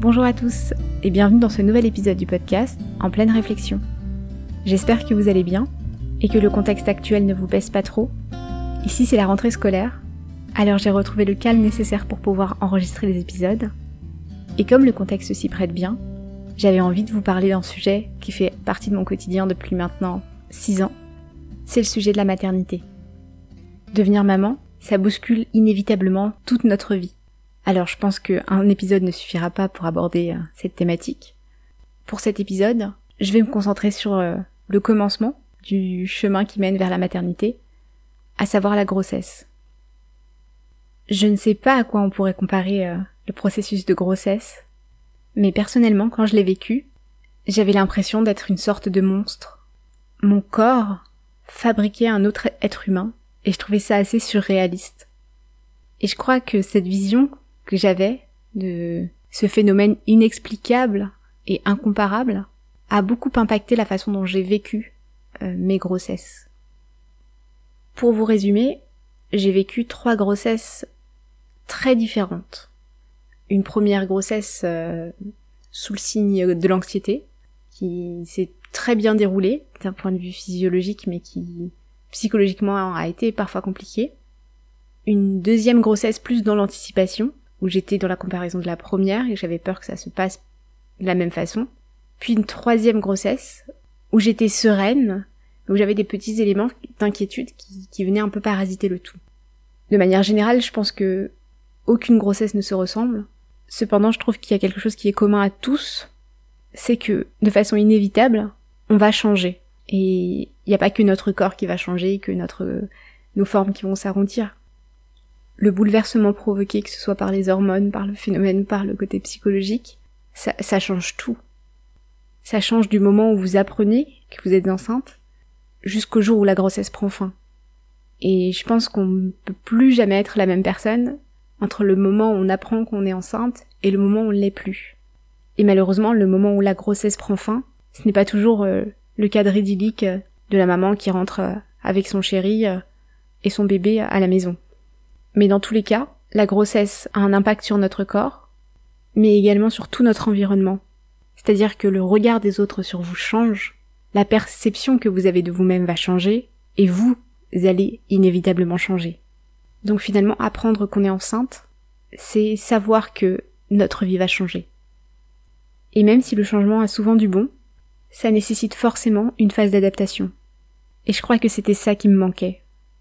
Bonjour à tous et bienvenue dans ce nouvel épisode du podcast En pleine réflexion. J'espère que vous allez bien et que le contexte actuel ne vous pèse pas trop. Ici c'est la rentrée scolaire, alors j'ai retrouvé le calme nécessaire pour pouvoir enregistrer les épisodes. Et comme le contexte s'y prête bien, j'avais envie de vous parler d'un sujet qui fait partie de mon quotidien depuis maintenant 6 ans. C'est le sujet de la maternité. Devenir maman, ça bouscule inévitablement toute notre vie. Alors je pense qu'un épisode ne suffira pas pour aborder cette thématique. Pour cet épisode, je vais me concentrer sur le commencement du chemin qui mène vers la maternité, à savoir la grossesse. Je ne sais pas à quoi on pourrait comparer le processus de grossesse, mais personnellement, quand je l'ai vécu, j'avais l'impression d'être une sorte de monstre. Mon corps fabriquait un autre être humain, et je trouvais ça assez surréaliste. Et je crois que cette vision que j'avais de ce phénomène inexplicable et incomparable a beaucoup impacté la façon dont j'ai vécu mes grossesses. Pour vous résumer, j'ai vécu 3 grossesses très différentes. Une première grossesse sous le signe de l'anxiété, qui s'est très bien déroulée d'un point de vue physiologique, mais qui psychologiquement a été parfois compliquée. Une deuxième grossesse plus dans l'anticipation, où j'étais dans la comparaison de la première et j'avais peur que ça se passe de la même façon. Puis une troisième grossesse, où j'étais sereine, où j'avais des petits éléments d'inquiétude qui venaient un peu parasiter le tout. De manière générale, je pense que aucune grossesse ne se ressemble. Cependant, je trouve qu'il y a quelque chose qui est commun à tous, c'est que, de façon inévitable, on va changer. Et il n'y a pas que notre corps qui va changer, que nos formes qui vont s'arrondir. Le bouleversement provoqué, que ce soit par les hormones, par le phénomène, par le côté psychologique, ça change tout. Ça change du moment où vous apprenez que vous êtes enceinte, jusqu'au jour où la grossesse prend fin. Et je pense qu'on ne peut plus jamais être la même personne entre le moment où on apprend qu'on est enceinte et le moment où on ne l'est plus. Et malheureusement, le moment où la grossesse prend fin, ce n'est pas toujours le cadre idyllique de la maman qui rentre avec son chéri et son bébé à la maison. Mais dans tous les cas, la grossesse a un impact sur notre corps, mais également sur tout notre environnement. C'est-à-dire que le regard des autres sur vous change, la perception que vous avez de vous-même va changer, et vous allez inévitablement changer. Donc finalement, apprendre qu'on est enceinte, c'est savoir que notre vie va changer. Et même si le changement a souvent du bon, ça nécessite forcément une phase d'adaptation. Et je crois que c'était ça qui me manquait.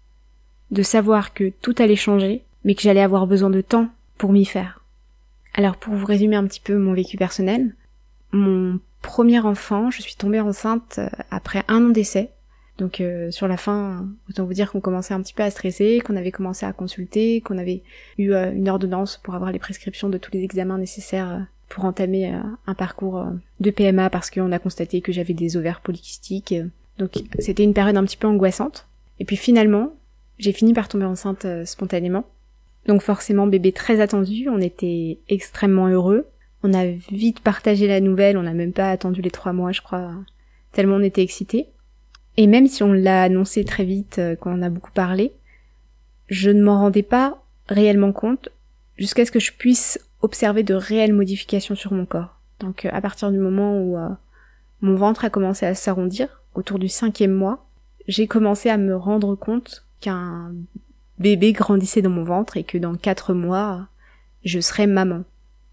De savoir que tout allait changer, mais que j'allais avoir besoin de temps pour m'y faire. Alors pour vous résumer un petit peu mon vécu personnel, mon premier enfant, je suis tombée enceinte après 1 an d'essai. Donc sur la fin, autant vous dire qu'on commençait un petit peu à stresser, qu'on avait commencé à consulter, qu'on avait eu une ordonnance pour avoir les prescriptions de tous les examens nécessaires pour entamer un parcours de PMA parce qu'on a constaté que j'avais des ovaires polykystiques. Donc c'était une période un petit peu angoissante. Et puis finalement, j'ai fini par tomber enceinte spontanément. Donc forcément, bébé très attendu, on était extrêmement heureux. On a vite partagé la nouvelle, on n'a même pas attendu les 3 mois, je crois, tellement on était excités. Et même si on l'a annoncé très vite, quand on a beaucoup parlé, je ne m'en rendais pas réellement compte jusqu'à ce que je puisse observer de réelles modifications sur mon corps. Donc à partir du moment où mon ventre a commencé à s'arrondir, autour du 5e mois, j'ai commencé à me rendre compte qu'un bébé grandissait dans mon ventre et que dans 4 mois, je serais maman.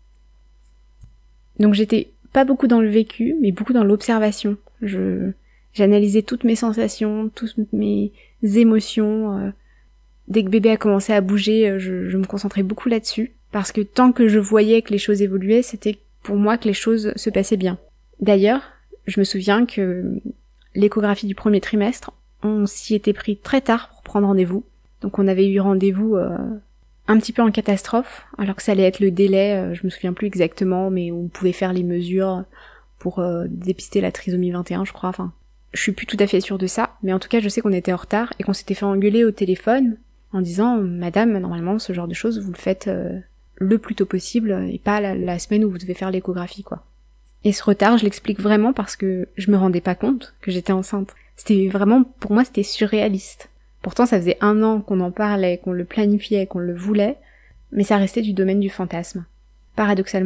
Donc j'étais pas beaucoup dans le vécu, mais beaucoup dans l'observation. J'analysais toutes mes sensations, toutes mes émotions. Dès que bébé a commencé à bouger, je me concentrais beaucoup là-dessus, parce que tant que je voyais que les choses évoluaient, c'était pour moi que les choses se passaient bien. D'ailleurs, je me souviens que l'échographie du 1er trimestre, on s'y était pris très tard pour prendre rendez-vous. Donc on avait eu rendez-vous un petit peu en catastrophe, alors que ça allait être le délai, je me souviens plus exactement, mais on pouvait faire les mesures pour dépister la trisomie 21, je crois. Enfin, je suis plus tout à fait sûre de ça, mais en tout cas je sais qu'on était en retard et qu'on s'était fait engueuler au téléphone en disant « Madame, normalement ce genre de choses vous le faites le plus tôt possible et pas la semaine où vous devez faire l'échographie, quoi. » Et ce retard, je l'explique vraiment parce que je me rendais pas compte que j'étais enceinte. C'était vraiment, pour moi, c'était surréaliste. Pourtant, ça faisait 1 an qu'on en parlait, qu'on le planifiait, qu'on le voulait, mais ça restait du domaine du fantasme. Paradoxalement,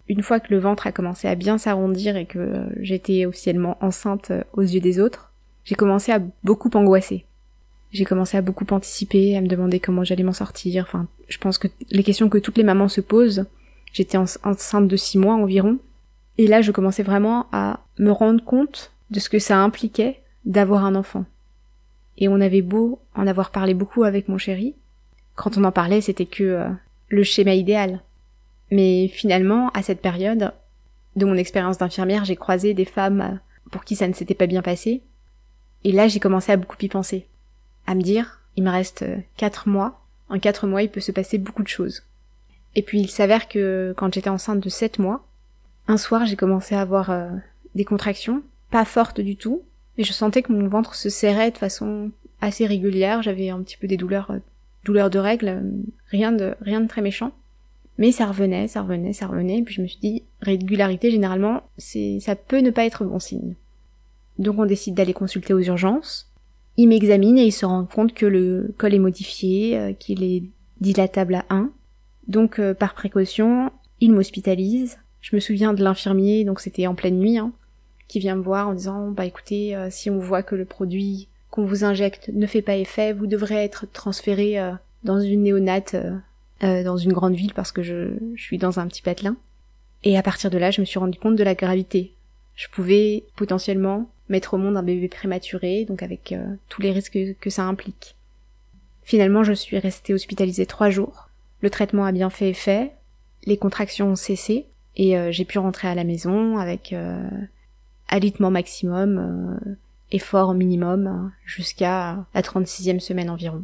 une fois que le ventre a commencé à bien s'arrondir et que j'étais officiellement enceinte aux yeux des autres, j'ai commencé à beaucoup angoisser. J'ai commencé à beaucoup anticiper, à me demander comment j'allais m'en sortir. Enfin, je pense que les questions que toutes les mamans se posent, j'étais enceinte de 6 mois environ. Et là, je commençais vraiment à me rendre compte de ce que ça impliquait d'avoir un enfant. Et on avait beau en avoir parlé beaucoup avec mon chéri, quand on en parlait, c'était que le schéma idéal. Mais finalement, à cette période de mon expérience d'infirmière, j'ai croisé des femmes pour qui ça ne s'était pas bien passé. Et là, j'ai commencé à beaucoup y penser. À me dire, il me reste 4 mois. En 4 mois, il peut se passer beaucoup de choses. Et puis, il s'avère que quand j'étais enceinte de 7 mois, un soir, j'ai commencé à avoir des contractions, pas fortes du tout, mais je sentais que mon ventre se serrait de façon assez régulière. J'avais un petit peu des douleurs de règles, rien de très méchant. Mais ça revenait, et puis je me suis dit, régularité, généralement, ça peut ne pas être bon signe. Donc on décide d'aller consulter aux urgences. Il m'examine et il se rend compte que le col est modifié, qu'il est dilatable à 1. Donc par précaution, il m'hospitalise. Je me souviens de l'infirmier, donc c'était en pleine nuit, qui vient me voir en disant, bah écoutez, si on voit que le produit qu'on vous injecte ne fait pas effet, vous devrez être transféré dans une néonate, dans une grande ville, parce que je suis dans un petit patelin. Et à partir de là, je me suis rendu compte de la gravité. Je pouvais potentiellement mettre au monde un bébé prématuré, donc avec tous les risques que ça implique. Finalement, je suis restée hospitalisée 3 jours. Le traitement a bien fait effet, les contractions ont cessé, et j'ai pu rentrer à la maison avec alitement maximum, effort minimum, jusqu'à la 36e semaine environ.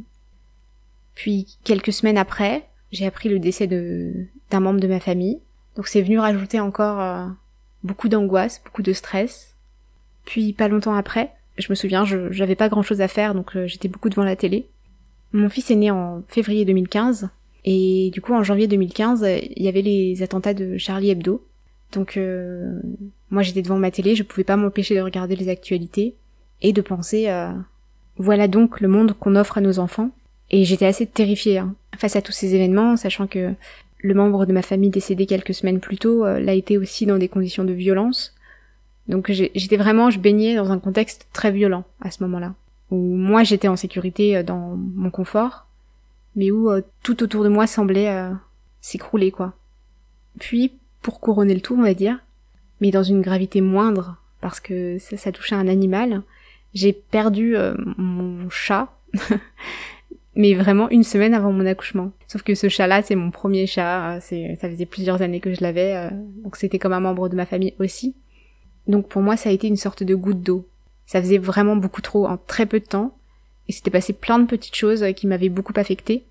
Puis, quelques semaines après, j'ai appris le décès d'un membre de ma famille, donc c'est venu rajouter encore beaucoup d'angoisse, beaucoup de stress. Puis, pas longtemps après, je me souviens, j'avais pas grand chose à faire, donc j'étais beaucoup devant la télé. Mon fils est né en février 2015, et du coup en janvier 2015, il y avait les attentats de Charlie Hebdo. Donc moi j'étais devant ma télé, je pouvais pas m'empêcher de regarder les actualités, et de penser, voilà donc le monde qu'on offre à nos enfants. Et j'étais assez terrifiée face à tous ces événements, sachant que le membre de ma famille décédé quelques semaines plus tôt l'a été aussi dans des conditions de violence. Donc je baignais dans un contexte très violent à ce moment-là, où moi j'étais en sécurité dans mon confort, mais où tout autour de moi semblait s'écrouler, quoi. Puis, pour couronner le tout, on va dire, mais dans une gravité moindre, parce que ça touchait un animal, j'ai perdu mon chat, mais vraiment 1 semaine avant mon accouchement. Sauf que ce chat-là, c'est mon premier chat, ça faisait plusieurs années que je l'avais, donc c'était comme un membre de ma famille aussi. Donc pour moi, ça a été une sorte de goutte d'eau. Ça faisait vraiment beaucoup trop en très peu de temps, et c'était passé plein de petites choses qui m'avaient beaucoup affectée.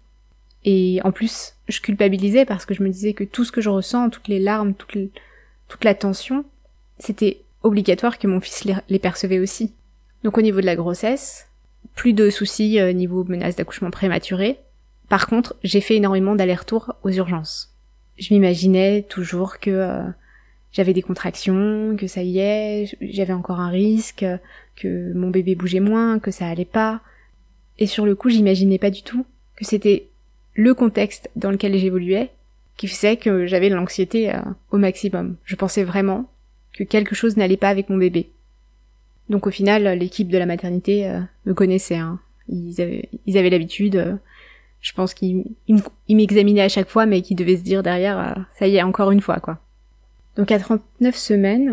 Et en plus, je culpabilisais parce que je me disais que tout ce que je ressens, toutes les larmes, toute la tension, c'était obligatoire que mon fils les percevait aussi. Donc au niveau de la grossesse, plus de soucis niveau menace d'accouchement prématuré. Par contre, j'ai fait énormément d'allers-retours aux urgences. Je m'imaginais toujours que j'avais des contractions, que ça y est, j'avais encore un risque, que mon bébé bougeait moins, que ça allait pas. Et sur le coup, j'imaginais pas du tout que c'était le contexte dans lequel j'évoluais qui faisait que j'avais l'anxiété au maximum. Je pensais vraiment que quelque chose n'allait pas avec mon bébé. Donc au final, l'équipe de la maternité me connaissait. Ils avaient l'habitude. Je pense qu'ils m'examinaient à chaque fois, mais qu'ils devaient se dire derrière, ça y est, encore une fois, quoi. Donc à 39 semaines,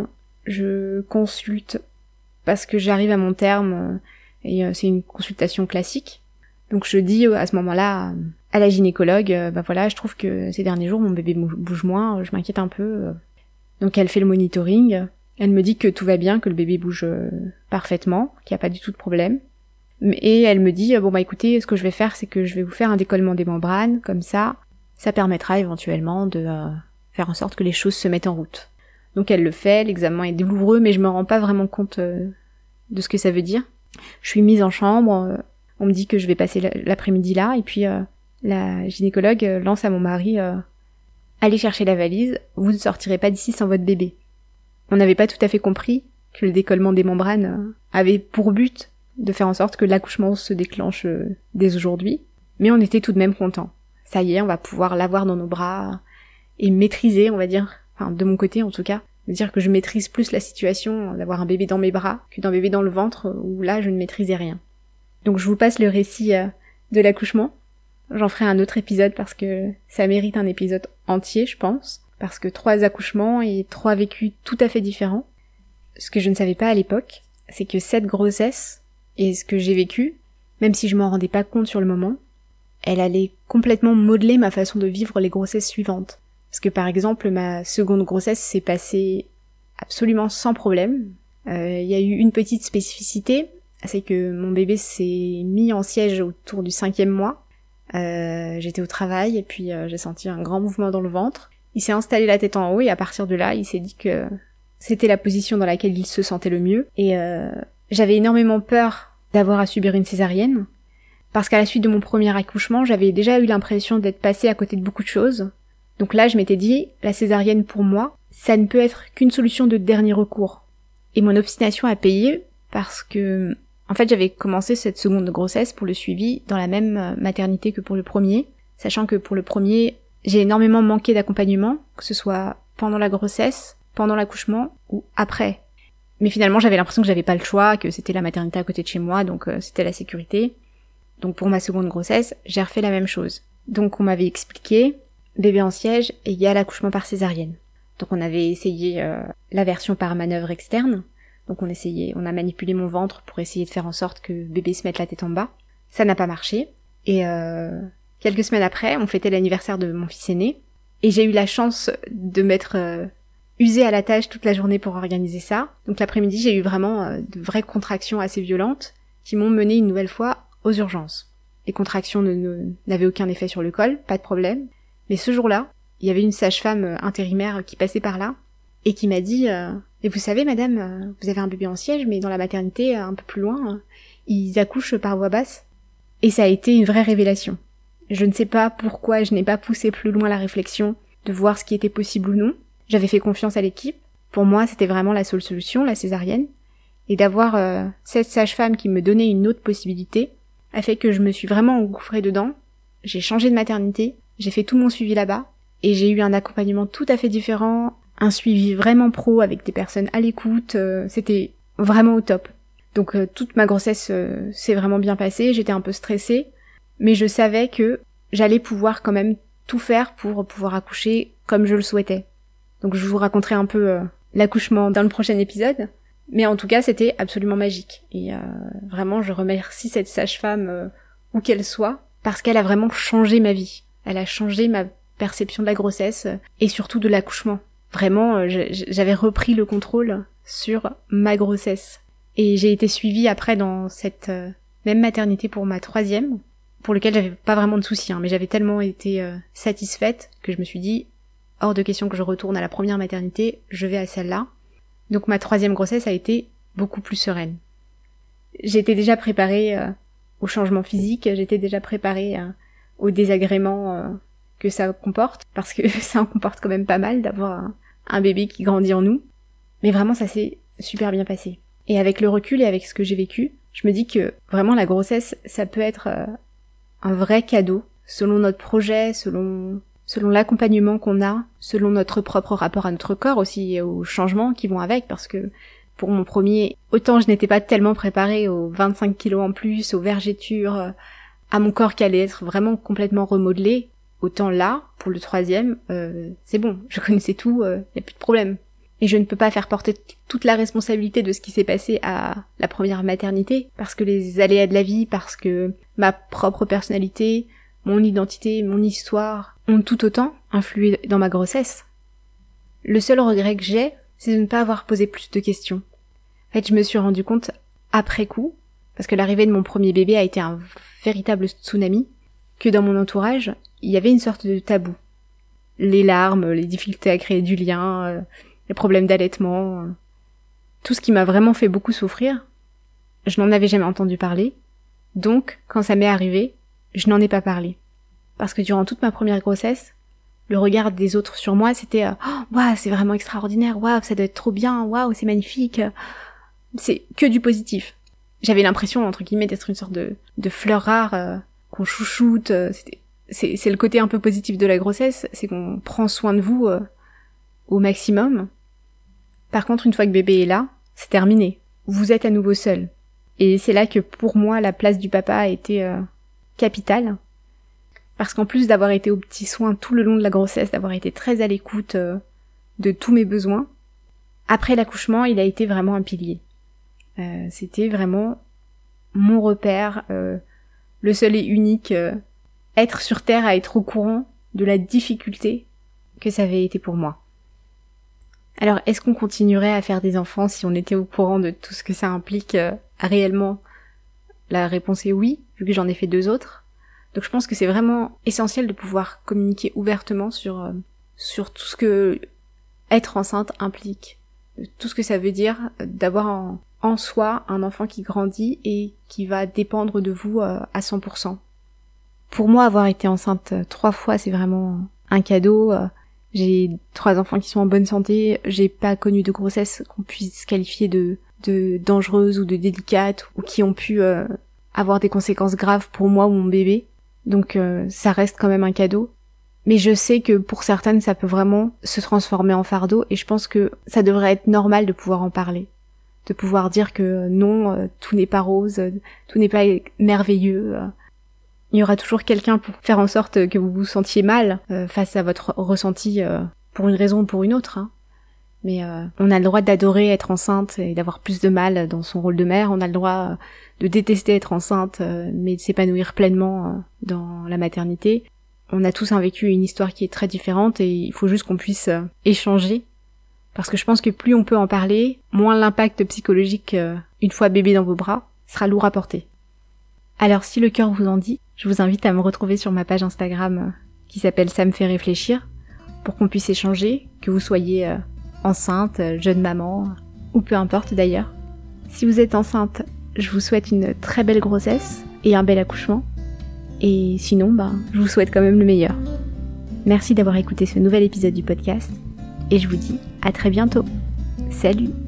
je consulte parce que j'arrive à mon terme et c'est une consultation classique. Donc je dis à ce moment-là à la gynécologue, bah voilà, je trouve que ces derniers jours mon bébé bouge moins, je m'inquiète un peu. Donc elle fait le monitoring, elle me dit que tout va bien, que le bébé bouge parfaitement, qu'il n'y a pas du tout de problème. Et elle me dit, bon bah écoutez, ce que je vais faire, c'est que je vais vous faire un décollement des membranes, comme ça permettra éventuellement de faire en sorte que les choses se mettent en route. Donc elle le fait, l'examen est douloureux, mais je me rends pas vraiment compte de ce que ça veut dire. Je suis mise en chambre, on me dit que je vais passer l'après-midi là, et puis la gynécologue lance à mon mari allez chercher la valise, vous ne sortirez pas d'ici sans votre bébé. On n'avait pas tout à fait compris que le décollement des membranes avait pour but de faire en sorte que l'accouchement se déclenche dès aujourd'hui, mais on était tout de même contents. Ça y est, on va pouvoir l'avoir dans nos bras et maîtriser, on va dire, enfin de mon côté en tout cas, me dire que je maîtrise plus la situation d'avoir un bébé dans mes bras que d'un bébé dans le ventre où là je ne maîtrisais rien. Donc je vous passe le récit de l'accouchement. J'en ferai un autre épisode parce que ça mérite un épisode entier, je pense, parce que 3 accouchements et 3 vécus tout à fait différents. Ce que je ne savais pas à l'époque, c'est que cette grossesse et ce que j'ai vécu, même si je m'en rendais pas compte sur le moment, elle allait complètement modeler ma façon de vivre les grossesses suivantes. Parce que par exemple, ma seconde grossesse s'est passée absolument sans problème. Il y a eu une petite spécificité, c'est que mon bébé s'est mis en siège autour du 5e mois. J'étais au travail et puis j'ai senti un grand mouvement dans le ventre. Il s'est installé la tête en haut et à partir de là, il s'est dit que c'était la position dans laquelle il se sentait le mieux. Et j'avais énormément peur d'avoir à subir une césarienne. Parce qu'à la suite de mon premier accouchement, j'avais déjà eu l'impression d'être passée à côté de beaucoup de choses. Donc là, je m'étais dit, la césarienne pour moi, ça ne peut être qu'une solution de dernier recours. Et mon obstination a payé parce que, en fait, j'avais commencé cette seconde grossesse pour le suivi dans la même maternité que pour le premier, sachant que pour le premier, j'ai énormément manqué d'accompagnement, que ce soit pendant la grossesse, pendant l'accouchement ou après. Mais finalement, j'avais l'impression que j'avais pas le choix, que c'était la maternité à côté de chez moi, donc c'était la sécurité. Donc pour ma seconde grossesse, j'ai refait la même chose. Donc on m'avait expliqué, bébé en siège égale accouchement par césarienne. Donc on avait essayé la version par manœuvre externe. Donc on a manipulé mon ventre pour essayer de faire en sorte que bébé se mette la tête en bas. Ça n'a pas marché. Et quelques semaines après, on fêtait l'anniversaire de mon fils aîné. Et j'ai eu la chance de m'être usée à la tâche toute la journée pour organiser ça. Donc l'après-midi, j'ai eu vraiment de vraies contractions assez violentes qui m'ont menée une nouvelle fois aux urgences. Les contractions n'avaient aucun effet sur le col, pas de problème. Mais ce jour-là, il y avait une sage-femme intérimaire qui passait par là et qui m'a dit et vous savez madame, vous avez un bébé en siège, mais dans la maternité un peu plus loin, ils accouchent par voie basse. Et ça a été une vraie révélation. Je ne sais pas pourquoi je n'ai pas poussé plus loin la réflexion de voir ce qui était possible ou non. J'avais fait confiance à l'équipe. Pour moi, c'était vraiment la seule solution, la césarienne. Et d'avoir cette sage-femme qui me donnait une autre possibilité a fait que je me suis vraiment engouffrée dedans. J'ai changé de maternité, j'ai fait tout mon suivi là-bas, et j'ai eu un accompagnement tout à fait différent, un suivi vraiment pro avec des personnes à l'écoute, c'était vraiment au top. Donc toute ma grossesse s'est vraiment bien passée, j'étais un peu stressée, mais je savais que j'allais pouvoir quand même tout faire pour pouvoir accoucher comme je le souhaitais. Donc je vous raconterai un peu l'accouchement dans le prochain épisode, mais en tout cas c'était absolument magique. Et vraiment je remercie cette sage-femme où qu'elle soit, parce qu'elle a vraiment changé ma vie. Elle a changé ma perception de la grossesse et surtout de l'accouchement. Vraiment, j'avais repris le contrôle sur ma grossesse. Et j'ai été suivie après dans cette même maternité pour ma 3e, pour lequel j'avais pas vraiment de soucis, mais j'avais tellement été satisfaite que je me suis dit, hors de question que je retourne à la première maternité, je vais à celle-là. Donc ma 3e grossesse a été beaucoup plus sereine. J'étais déjà préparée au changement physique, j'étais déjà préparée aux désagréments que ça comporte, parce que ça en comporte quand même pas mal d'avoir un bébé qui grandit en nous. Mais vraiment, ça s'est super bien passé. Et avec le recul et avec ce que j'ai vécu, je me dis que vraiment la grossesse, ça peut être un vrai cadeau, selon notre projet, selon l'accompagnement qu'on a, selon notre propre rapport à notre corps aussi et aux changements qui vont avec, parce que pour mon premier, autant je n'étais pas tellement préparée aux 25 kilos en plus, aux vergetures, à mon corps qui allait être vraiment complètement remodelé, autant là, pour le 3e, c'est bon, je connaissais tout, y a plus de problème. Et je ne peux pas faire porter toute la responsabilité de ce qui s'est passé à la première maternité, parce que les aléas de la vie, parce que ma propre personnalité, mon identité, mon histoire, ont tout autant influé dans ma grossesse. Le seul regret que j'ai, c'est de ne pas avoir posé plus de questions. En fait, je me suis rendu compte après coup, parce que l'arrivée de mon premier bébé a été un véritable tsunami, que dans mon entourage, il y avait une sorte de tabou. Les larmes, les difficultés à créer du lien, les problèmes d'allaitement, tout ce qui m'a vraiment fait beaucoup souffrir, je n'en avais jamais entendu parler. Donc, quand ça m'est arrivé, je n'en ai pas parlé. Parce que durant toute ma première grossesse, le regard des autres sur moi, c'était « Waouh, c'est vraiment extraordinaire, waouh, ça doit être trop bien, waouh, c'est magnifique ». C'est que du positif. J'avais l'impression, entre guillemets, d'être une sorte de fleur rare qu'on chouchoute. C'est le côté un peu positif de la grossesse, c'est qu'on prend soin de vous au maximum. Par contre, une fois que bébé est là, c'est terminé. Vous êtes à nouveau seul. Et c'est là que pour moi, la place du papa a été capitale. Parce qu'en plus d'avoir été aux petits soins tout le long de la grossesse, d'avoir été très à l'écoute de tous mes besoins, après l'accouchement, il a été vraiment un pilier. C'était vraiment mon repère, le seul et unique être sur Terre à être au courant de la difficulté que ça avait été pour moi. Alors, est-ce qu'on continuerait à faire des enfants si on était au courant de tout ce que ça implique réellement? La réponse est oui, vu que j'en ai fait 2 autres. Donc je pense que c'est vraiment essentiel de pouvoir communiquer ouvertement sur tout ce que être enceinte implique. Tout ce que ça veut dire d'avoir en soi un enfant qui grandit et qui va dépendre de vous à 100%. Pour moi, avoir été enceinte 3 fois, c'est vraiment un cadeau. J'ai 3 enfants qui sont en bonne santé, j'ai pas connu de grossesse qu'on puisse qualifier de dangereuse ou de délicate ou qui ont pu avoir des conséquences graves pour moi ou mon bébé. Donc ça reste quand même un cadeau. Mais je sais que pour certaines, ça peut vraiment se transformer en fardeau et je pense que ça devrait être normal de pouvoir en parler. De pouvoir dire que non, tout n'est pas rose, tout n'est pas merveilleux. Il y aura toujours quelqu'un pour faire en sorte que vous vous sentiez mal face à votre ressenti pour une raison ou pour une autre. Hein. Mais on a le droit d'adorer être enceinte et d'avoir plus de mal dans son rôle de mère. On a le droit de détester être enceinte mais de s'épanouir pleinement dans la maternité. On a tous vécu une histoire qui est très différente et il faut juste qu'on puisse échanger. Parce que je pense que plus on peut en parler, moins l'impact psychologique une fois bébé dans vos bras sera lourd à porter. Alors si le cœur vous en dit, je vous invite à me retrouver sur ma page Instagram qui s'appelle Ça me fait réfléchir pour qu'on puisse échanger, que vous soyez enceinte, jeune maman ou peu importe d'ailleurs. Si vous êtes enceinte, je vous souhaite une très belle grossesse et un bel accouchement. Et sinon, je vous souhaite quand même le meilleur. Merci d'avoir écouté ce nouvel épisode du podcast et je vous dis à très bientôt. Salut!